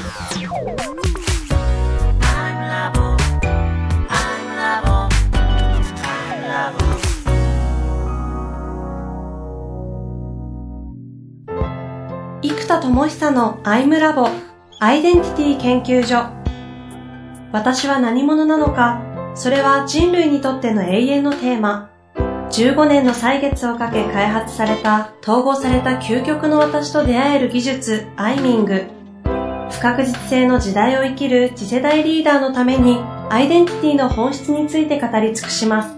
生田智久のアイムラボアイデンティティ研究所。私は何者なのか、それは人類にとっての永遠のテーマ。15年の歳月をかけ開発された統合された究極の私と出会える技術アイミング。不確実性の時代を生きる次世代リーダーのためにアイデンティティの本質について語り尽くします。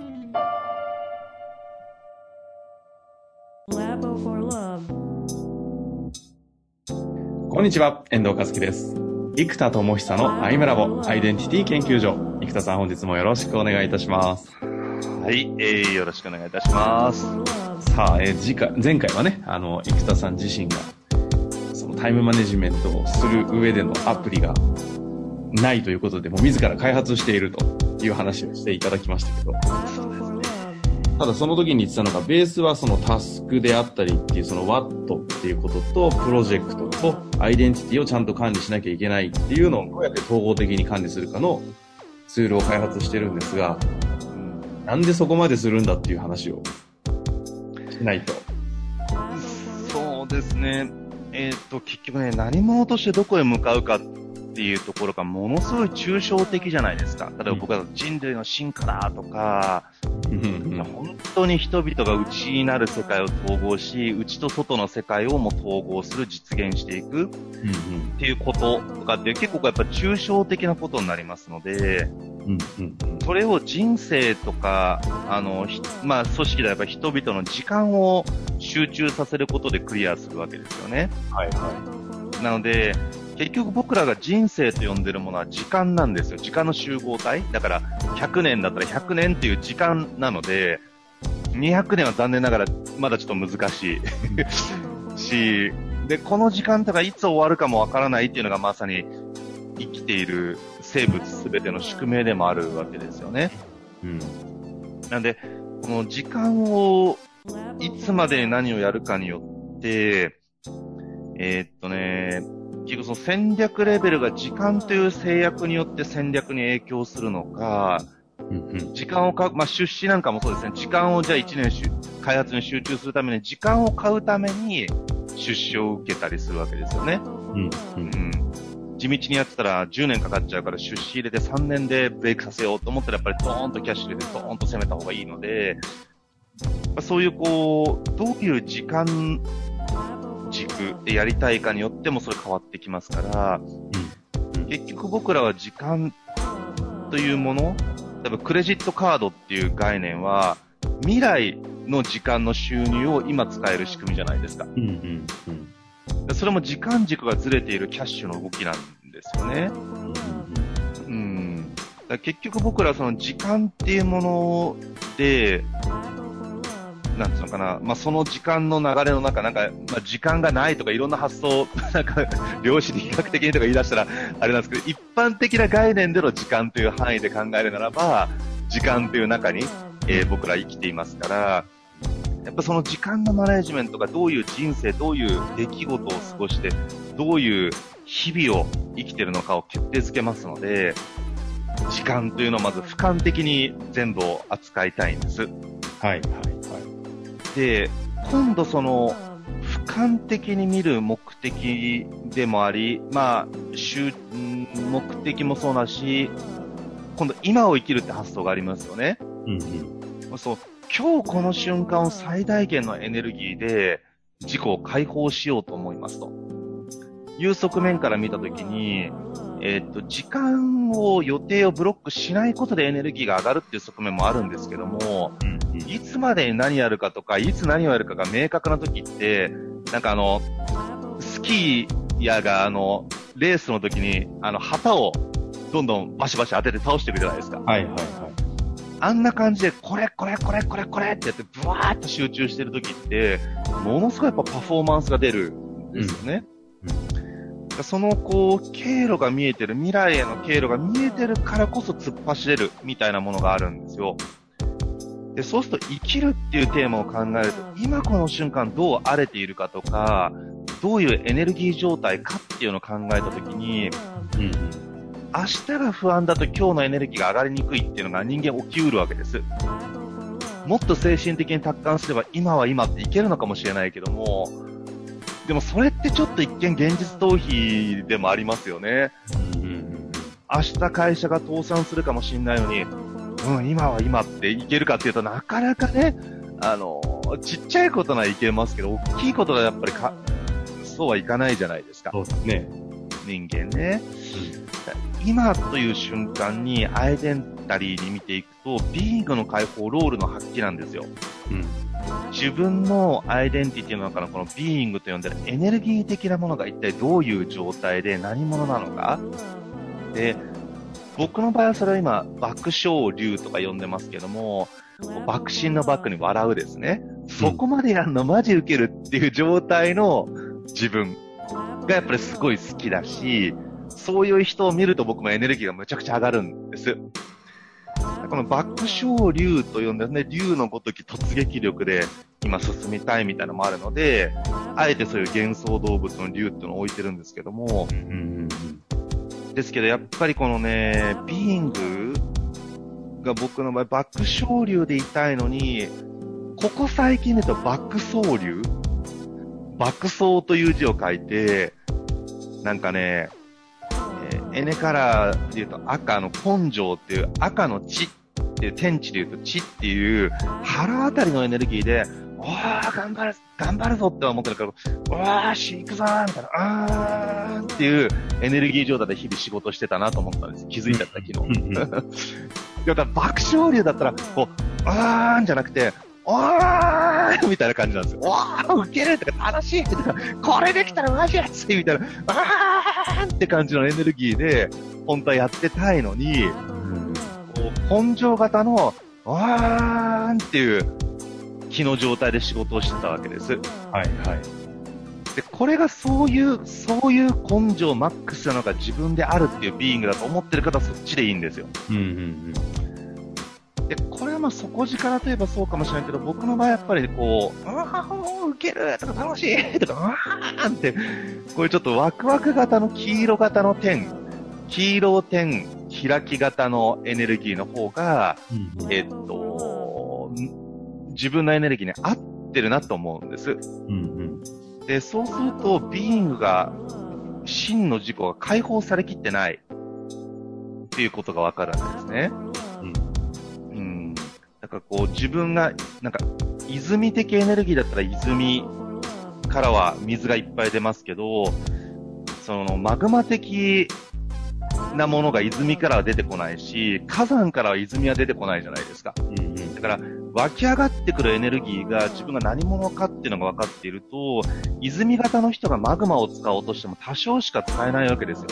こんにちは、遠藤和樹です。生田智久のアイムラボアイデンティティ研究所。生田さん、本日もよろしくお願いいたします。 はい、よろしくお願いいたします。 さあ、前回はね、生田さん自身がそのタイムマネジメントをする上でのアプリがないということで、もう自ら開発しているという話をしていただきましたけど、ただその時に言ってたのが、ベースはそのタスクであったりっていう、その What っていうことと、プロジェクトとアイデンティティをちゃんと管理しなきゃいけないっていうのをどうやって統合的に管理するかのツールを開発してるんですが、なんでそこまでするんだっていう話をしないと。 そうですね。結局ね、何者としてどこへ向かうかっていうところがものすごい抽象的じゃないですか。例えば僕は人類の進化だとか、本当に人々が内になる世界を統合し、内と外の世界をも統合する、実現していくっていうこととかって結構やっぱ抽象的なことになりますので、それを人生とか、組織でやっぱ人々の時間を集中させることでクリアするわけですよね。はいはい。なので、結局僕らが人生と呼んでるものは時間なんですよ。時間の集合体。だから100年だったら100年っていう時間なので、200年は残念ながらまだちょっと難しいし、で、この時間とかいつ終わるかもわからないっていうのがまさに生きている生物すべての宿命でもあるわけですよね。なんで、この時間をいつまで何をやるかによって、結局その戦略レベルが時間という制約によって戦略に影響するのか、時間を出資なんかもそうですね。時間をじゃあ1年開発に集中するために時間を買うために出資を受けたりするわけですよね。地道にやってたら10年かかっちゃうから出資入れて3年でブレイクさせようと思ったらやっぱりドーンとキャッシュ入れてドーンと攻めた方がいいので、そういうどういう時間軸でやりたいかによってもそれ変わってきますから、結局僕らは時間というもの、例えばクレジットカードっていう概念は未来の時間の収入を今使える仕組みじゃないですか。それも時間軸がずれているキャッシュの動きなんですよね。だ結局僕らはその時間っていうもので、なんつうのかな、その時間の流れの中、時間がないとかいろんな発想、量子力学的にとか言い出したらあれなんですけど、一般的な概念での時間という範囲で考えるならば、時間という中に、僕ら生きていますから、やっぱその時間のマネジメントがどういう人生、どういう出来事を過ごして、どういう日々を生きているのかを決定づけますので、時間というのをまず俯瞰的に全部を扱いたいんです。で、今度その俯瞰的に見る目的でもあり、目的もそうだし、今度今を生きるって発想がありますよね。そう、今日この瞬間を最大限のエネルギーで自己を解放しようと思いますという側面から見たときに、時間を予定をブロックしないことでエネルギーが上がるっていう側面もあるんですけども、いつまでに何やるかとか、いつ何をやるかが明確な時って、スキーヤーがレースの時に旗をどんどんバシバシ当てて倒していくじゃないですか。あんな感じで、これってやって、ブワーッと集中してる時って、ものすごいやっぱパフォーマンスが出るんですよね。その経路が見えてる、未来への経路が見えてるからこそ突っ走れるみたいなものがあるんですよ。で、そうすると生きるっていうテーマを考えると、今この瞬間どう荒れているかとか、 どういうエネルギー状態かっていうのを考えたときに、明日が不安だと今日のエネルギーが上がりにくいっていうのが人間起きうるわけです。もっと精神的に達観すれば今は今っていけるのかもしれないけども、でもそれってちょっと一見現実逃避でもありますよね。明日会社が倒産するかもしれないのに、今は今っていけるかっていうとなかなかね、ちっちゃいことならいけますけど、大きいことはやっぱりそうはいかないじゃないですか。 そうですね。 人間ね。今という瞬間にアイデンタリーに見ていくと、ビーイングの解放、ロールの発揮なんですよ。自分のアイデンティティの中のこのビーイングと呼んでるエネルギー的なものが一体どういう状態で何者なのか。で、僕の場合はそれは今、爆笑流とか呼んでますけども、爆心のバックに笑うですね。そこまでやるのマジウケるっていう状態の自分がやっぱりすごい好きだし、そういう人を見ると僕もエネルギーがむちゃくちゃ上がるんです。この爆笑流と呼んでね、流のごとき突撃力で今進みたいみたいなのもあるので、あえてそういう幻想動物の流っていうのを置いてるんですけども、ですけどやっぱりこのね、ビーイングが僕の場合爆笑流でいたいのに、ここ最近で言うと爆走流、爆走という字を書いて、なんかね、エネカラーで言うと赤の根性っていう赤の地っていう天地で言うと地っていう腹あたりのエネルギーで、頑張るぞって思ってるから、行くぞーみたいな、っていうエネルギー状態で日々仕事してたなと思ったんです。気づいちゃった昨日。だから爆笑流だったら、こう、じゃなくて、みたいな感じなんですよ。ウケるとか楽しいとか、これできたらマジ熱いみたいな、って感じのエネルギーで、本当はやってたいのに、こう根性型の、っていう気の状態で仕事をしてたわけです。で、これがそういう根性マックスなのが自分であるっていうビーイングだと思ってる方はそっちでいいんですよ。で、これはまあ底力といえばそうかもしれないけど、僕の場合やっぱりこう、ウケるとか楽しいとか、って、こういうちょっとワクワク型の黄色型の点、黄色点、開き型のエネルギーの方が、自分のエネルギーに合ってるなと思うんです。で、そうすると、ビーイングが、真の自己が解放されきってないっていうことがわかるんですね。だからこう自分が、なんか、泉的エネルギーだったら泉からは水がいっぱい出ますけど、そのマグマ的なものが泉からは出てこないし、火山からは泉は出てこないじゃないですか。だから、湧き上がってくるエネルギーが自分が何者かっていうのが分かっていると、泉型の人がマグマを使おうとしても多少しか使えないわけですよ。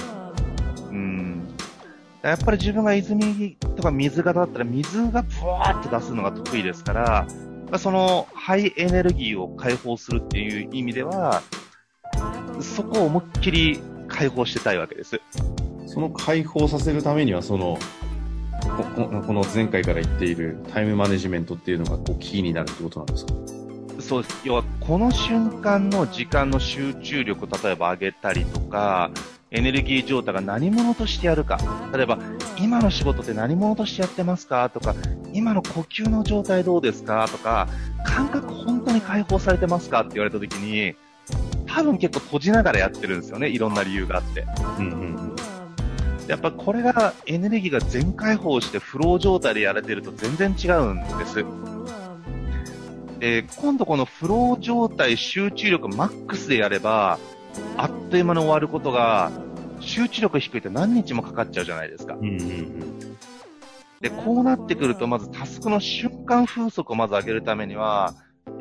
やっぱり自分が泉とか水型だったら水がブワーって出すのが得意ですから、そのハイエネルギーを解放するっていう意味では、そこを思いっきり解放してたいわけです。 その解放させるためには、この前回から言っているタイムマネジメントっていうのがこうキーになるってことなんですか？ そうです。要は、この瞬間の時間の集中力を例えば上げたりとか、エネルギー状態が何者としてやるか。例えば、今の仕事って何者としてやってますかとか、今の呼吸の状態どうですかとか、感覚本当に解放されてますかって言われたときに、多分結構閉じながらやってるんですよね。いろんな理由があって。やっぱこれがエネルギーが全開放してフロー状態でやれてると全然違うんです。で、今度このフロー状態集中力マックスでやれば、あっという間に終わることが、集中力低いと何日もかかっちゃうじゃないですか。で、こうなってくると、まずタスクの瞬間風速をまず上げるためには、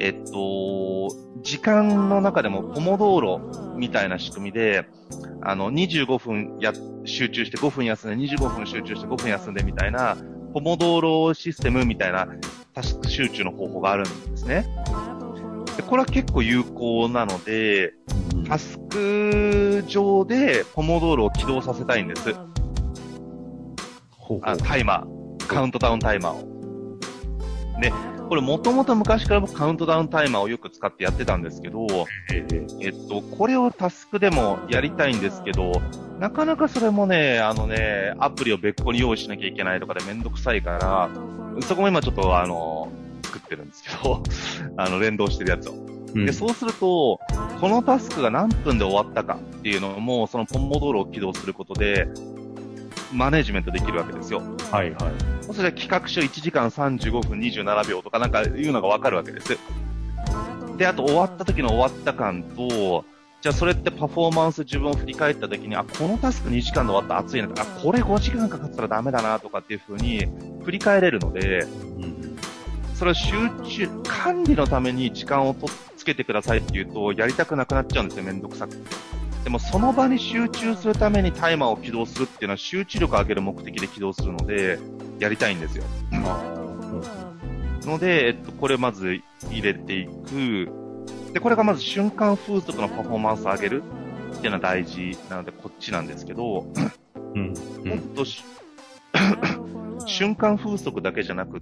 時間の中でもポモドーロみたいな仕組みで、25分集中して5分休んで、25分集中して5分休んでみたいな、ポモドーロシステムみたいなタスク集中の方法があるんですね。で、これは結構有効なので、タスク上でポモドーロを起動させたいんです。タイマー、カウントダウンタイマーを。で、 これもともと昔から僕カウントダウンタイマーをよく使ってやってたんですけど、これをタスクでもやりたいんですけど、なかなかそれもね、アプリを別個に用意しなきゃいけないとかでめんどくさいから、そこも今ちょっと作ってるんですけど、連動してるやつを。で、そうすると、このタスクが何分で終わったかっていうのも、そのポンモドールを起動することで、マネジメントできるわけですよ。 はいはい。 それは企画書1時間35分27秒とかなんかいうのがわかるわけです。で、あと終わった時の終わった感と、じゃあそれってパフォーマンス自分を振り返った時に、このタスク2時間で終わった熱いなとか、これ5時間かかったらダメだなとかっていう風に振り返れるので、それを管理のために時間をつけてくださいって言うと、やりたくなくなっちゃうんですよ、めんどくさくて。でもその場に集中するためにタイマーを起動するっていうのは集中力を上げる目的で起動するので、やりたいんですよ。ので、これまず入れていく。で、これがまず瞬間風速のパフォーマンスを上げるっていうのは大事なので、こっちなんですけど、もっと瞬間風速だけじゃなくって、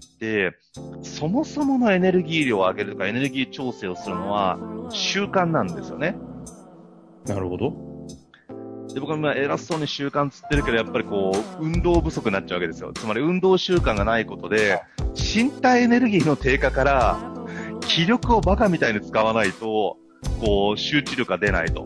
そもそものエネルギー量を上げるとかエネルギー調整をするのは習慣なんですよね。 なるほど。 で、僕は今偉そうに習慣つってるけど、やっぱり運動不足になっちゃうわけですよ。つまり運動習慣がないことで、身体エネルギーの低下から、気力をバカみたいに使わないと、集中力が出ないと。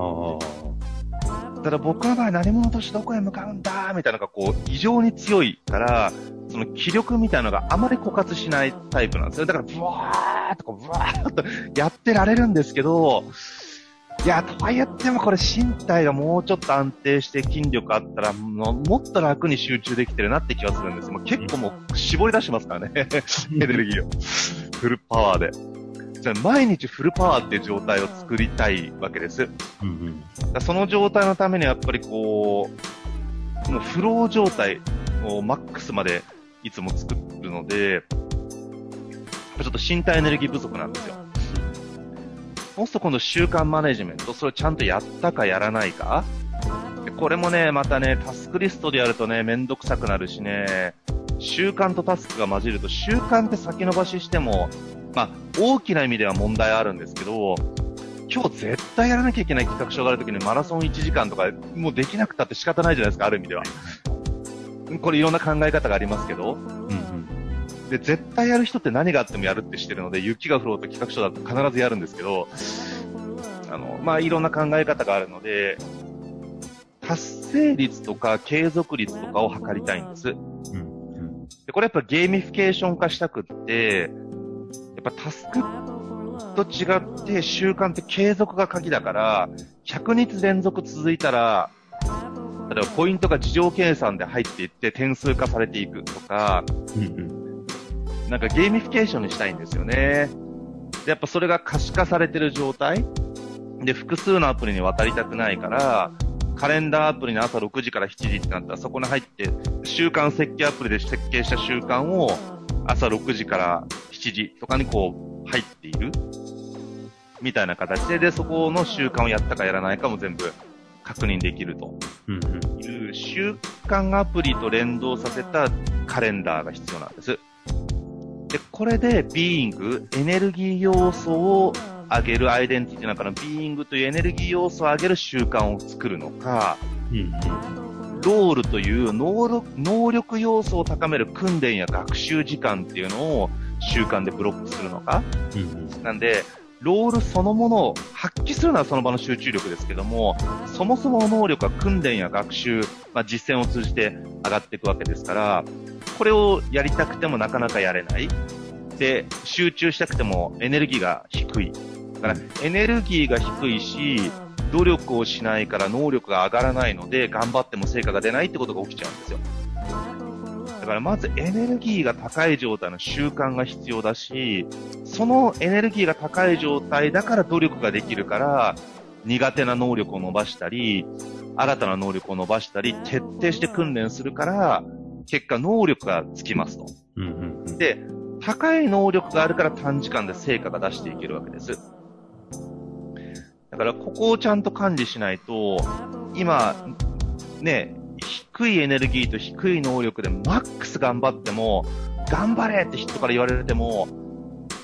ただ僕の場合何者としてどこへ向かうんだみたいなのが異常に強いから、その気力みたいなのがあまり枯渇しないタイプなんですよ。だからブワーっとやってられるんですけど、いや、とは言ってもこれ身体がもうちょっと安定して筋力あったらもっと楽に集中できてるなって気がするんです。もう結構もう絞り出してますからね。エネルギーを。フルパワーで。じゃあ毎日フルパワーっていう状態を作りたいわけです。その状態のためにやっぱりもうフロー状態をマックスまでいつも作るので、ちょっと身体エネルギー不足なんですよ。そうすると今度習慣マネジメント、それをちゃんとやったかやらないか。これもね、またね、タスクリストでやるとね、めんどくさくなるしね、習慣とタスクが混じると、習慣って先延ばししても、大きな意味では問題あるんですけど、今日絶対やらなきゃいけない企画書があるときにマラソン1時間とか、もうできなくたって仕方ないじゃないですか、ある意味では。これいろんな考え方がありますけど、で、絶対やる人って何があってもやるってしてるので、雪が降ろうと企画書だと必ずやるんですけど、いろんな考え方があるので、達成率とか継続率とかを測りたいんです。で、これやっぱゲーミフィケーション化したくって、やっぱタスクと違って習慣って継続が鍵だから、100日連続続いたら、例えばポイントが自動計算で入っていって点数化されていくとか、なんかゲーミフィケーションにしたいんですよね。で、やっぱそれが可視化されてる状態で、複数のアプリに渡りたくないから、カレンダーアプリに朝6時から7時ってなったら、そこに入って、習慣設計アプリで設計した習慣を朝6時から7時とかに入っているみたいな形で、そこの習慣をやったかやらないかも全部確認できるという習慣アプリと連動させたカレンダーが必要なんです。で、これでビーイング、エネルギー要素を上げるアイデンティティの中のビーイングというエネルギー要素を上げる習慣を作るのか、ロールという能力要素を高める訓練や学習時間っていうのを習慣でブロックするのか、なんで、ロールそのものを発揮するのはその場の集中力ですけども、そもそもの能力は訓練や学習、実践を通じて上がっていくわけですから、これをやりたくてもなかなかやれない。で、集中したくてもエネルギーが低い。だから、エネルギーが低いし、努力をしないから能力が上がらないので、頑張っても成果が出ないってことが起きちゃうんですよ。だからまずエネルギーが高い状態の習慣が必要だし、そのエネルギーが高い状態だから努力ができるから、苦手な能力を伸ばしたり、新たな能力を伸ばしたり、徹底して訓練するから、結果能力がつきますと。で、高い能力があるから短時間で成果が出していけるわけです。だからここをちゃんと管理しないと、今、ね、低いエネルギーと低い能力でマックス頑張っても、頑張れって人から言われても、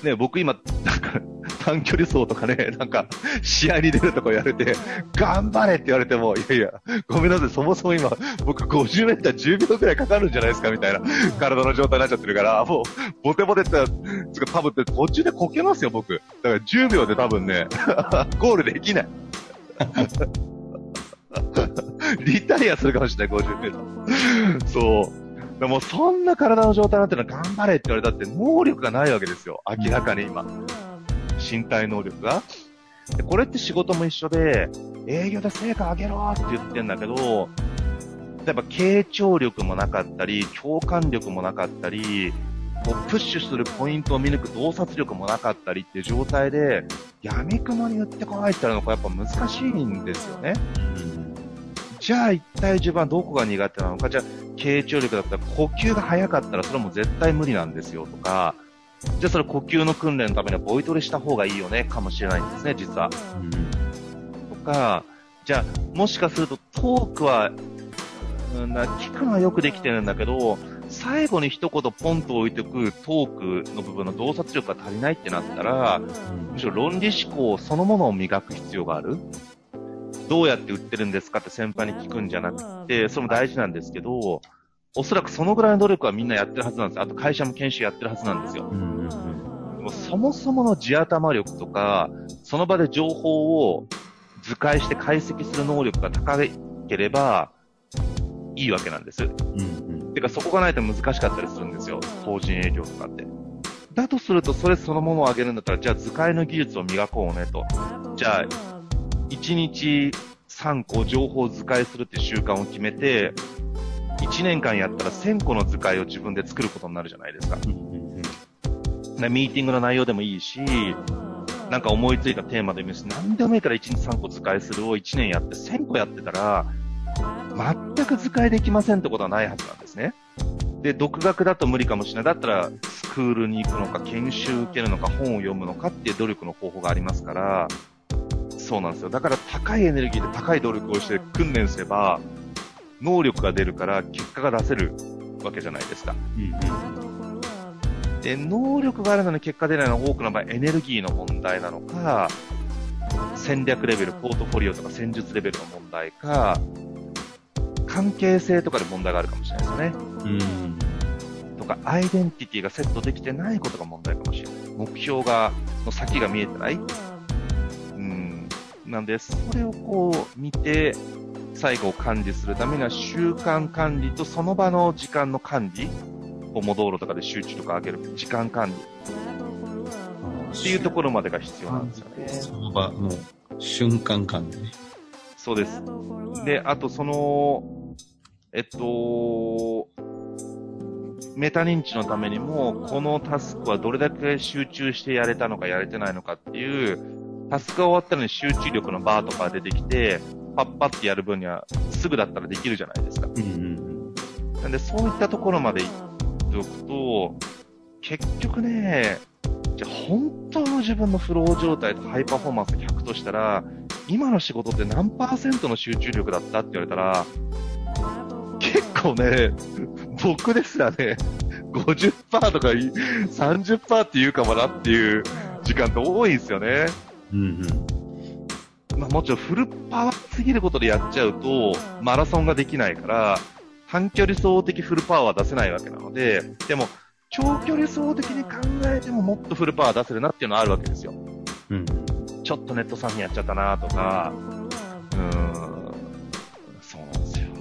ね、僕今、なんか、短距離走とかね、なんか、試合に出るとかやれて、頑張れって言われても、いやいや、ごめんなさい、そもそも今、僕50メーター10秒くらいかかるんじゃないですか、みたいな、体の状態になっちゃってるから、もう、ボテボテって多分って途中でこけますよ、僕。だから10秒で多分ね、ゴールできない。リタイアするかもしれない、50メーター。そう。でもそんな体の状態になってるのは頑張れって言われたって能力がないわけですよ。明らかに今。身体能力が。でこれって仕事も一緒で、営業で成果上げろって言ってんだけど、例えば傾聴力もなかったり、共感力もなかったり、こうプッシュするポイントを見抜く洞察力もなかったりっていう状態で、闇雲に言ってこいって言ったらやっぱ難しいんですよね。じゃあ一体自分はどこが苦手なのか、じゃあ傾聴力だったら呼吸が早かったらそれはもう絶対無理なんですよとか、じゃあそれ呼吸の訓練のためにはボイトレした方がいいよねかもしれないんですね、実は。とか、じゃあもしかするとトークは、聞くのはよくできてるんだけど、最後に一言ポンと置いておくトークの部分の洞察力が足りないってなったら、むしろ論理思考そのものを磨く必要がある。どうやって売ってるんですかって先輩に聞くんじゃなくて、それも大事なんですけど、おそらくそのぐらいの努力はみんなやってるはずなんです。あと会社も研修やってるはずなんですよ。もうそもそもの地頭力とか、その場で情報を図解して解析する能力が高ければいいわけなんです。てかそこがないと難しかったりするんですよ。法人営業とかって。だとするとそれそのものを上げるんだったら、じゃあ図解の技術を磨こうねと。じゃあ、1日3個情報を図解するって習慣を決めて、1年間やったら1000個の図解を自分で作ることになるじゃないですか。ミーティングの内容でもいいし、なんか思いついたテーマでもいいし、何でもいいから1日3個図解するを1年やって1000個やってたら、全く図解できませんってことはないはずなんですね。で、独学だと無理かもしれない。だったら、スクールに行くのか、研修受けるのか、本を読むのかっていう努力の方法がありますから、そうなんですよ。だから高いエネルギーで高い努力をして訓練すれば、能力が出るから結果が出せるわけじゃないですか。で、能力があるのに結果出ないのは多くの場合エネルギーの問題なのか、戦略レベル、ポートフォリオとか戦術レベルの問題か、関係性とかで問題があるかもしれないですよね。とか、アイデンティティがセットできてないことが問題かもしれない。目標の先が見えてない。なんで、それをこう見て、最後を管理するためには習慣管理とその場の時間の管理、ポモドーロとかで集中力を上げる時間管理っていうところまでが必要なんですよね。 その場の瞬間管理ね。 そうです。で、あとメタ認知のためにも、このタスクはどれだけ集中してやれたのかやれてないのかっていう、タスクが終わったのに集中力のバーとか出てきて、パッパってやる分にはすぐだったらできるじゃないですか。なんでそういったところまで言っておくと、結局ね、じゃあ本当の自分のフロー状態とハイパフォーマンス100としたら、今の仕事って何%の集中力だったって言われたら、結構ね、僕ですらね、50% とか30% って言うかもなっていう時間って多いんですよね。まあもちろんフルパワーすぎることでやっちゃうと、マラソンができないから、短距離走的フルパワーは出せないわけなので、でも、長距離走的に考えてももっとフルパワー出せるなっていうのはあるわけですよ。ちょっとネットサーフィンやっちゃったなとか、そうなんですよ。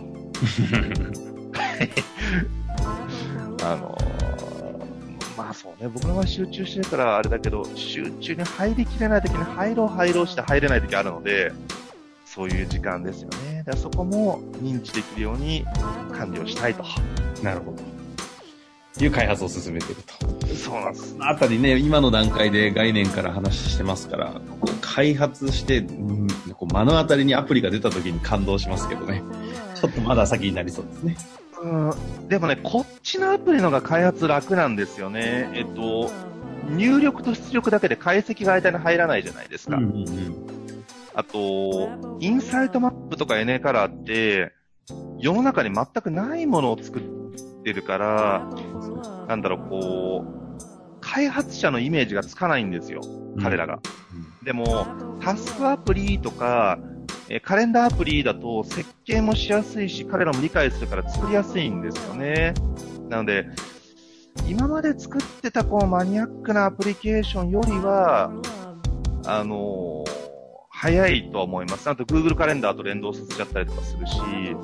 まあそうね、僕の場合集中してるからあれだけど、集中に入りきれない時に入ろうして入れない時あるので、そういう時間ですよね。だからそこも認知できるように管理をしたいと。 なるほど。いう開発を進めていると。 そうなんです。 そのあたりね、今の段階で概念から話してますから、ここ開発して、こう目の当たりにアプリが出た時に感動しますけどね。ちょっとまだ先になりそうですね。 でもね、こっちのアプリのが開発楽なんですよね。入力と出力だけで解析が間に入らないじゃないですか。あと、インサイトマップとか NA カラーって、世の中に全くないものを作ってるから、なんだろう、こう、 開発者のイメージがつかないんですよ、彼らが。でも、タスクアプリとか、カレンダーアプリだと設計もしやすいし、彼らも理解するから作りやすいんですよね。なので、今まで作ってたこのマニアックなアプリケーションよりは、早いとは思います。あと Google カレンダーと連動させちゃったりとかするし、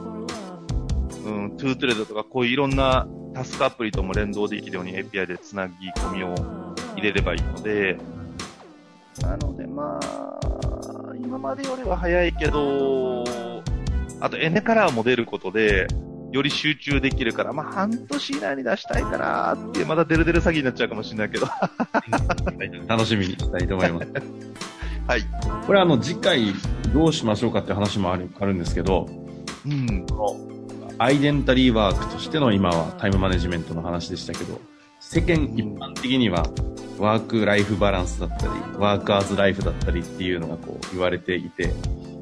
トゥートゥレドとかこういういろんなタスクアプリとも連動できるように API でつなぎ込みを入れればいいので、なのでまあ、今までよりは早いけど、あとエネカラーも出ることで、より集中できるから、まあ半年以内に出したいかなーって、まだデレデレ詐欺になっちゃうかもしれないけど。 楽しみにしたいと思います。 はい。 これ次回どうしましょうかっていう話もあるんですけど、アイデンタリーワークとしての今はタイムマネジメントの話でしたけど、世間一般的にはワークライフバランスだったり、ワークアーズライフだったりっていうのがこう言われていて、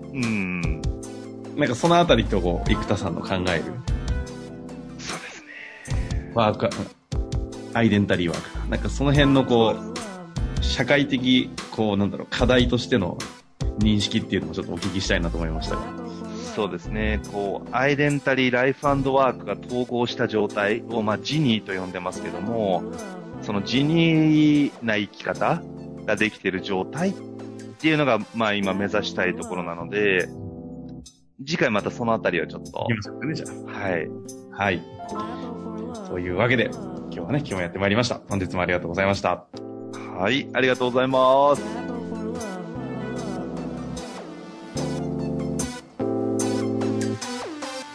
なんかそのあたりと生田さんの考える、 そうですね。 アイデンタリーワーク。なんかその辺の社会的、課題としての認識っていうのもちょっとお聞きしたいなと思いましたが。 そうですね。アイデンタリー、ライフ&ワークが統合した状態を、ジニーと呼んでますけども、そのジニーな生き方ができている状態っていうのが、今目指したいところなので、次回またそのあたりをちょっと。 行きましょうかね、じゃあ。 はい。 はい。というわけで、今日もやってまいりました。本日もありがとうございました。 はい、ありがとうございます。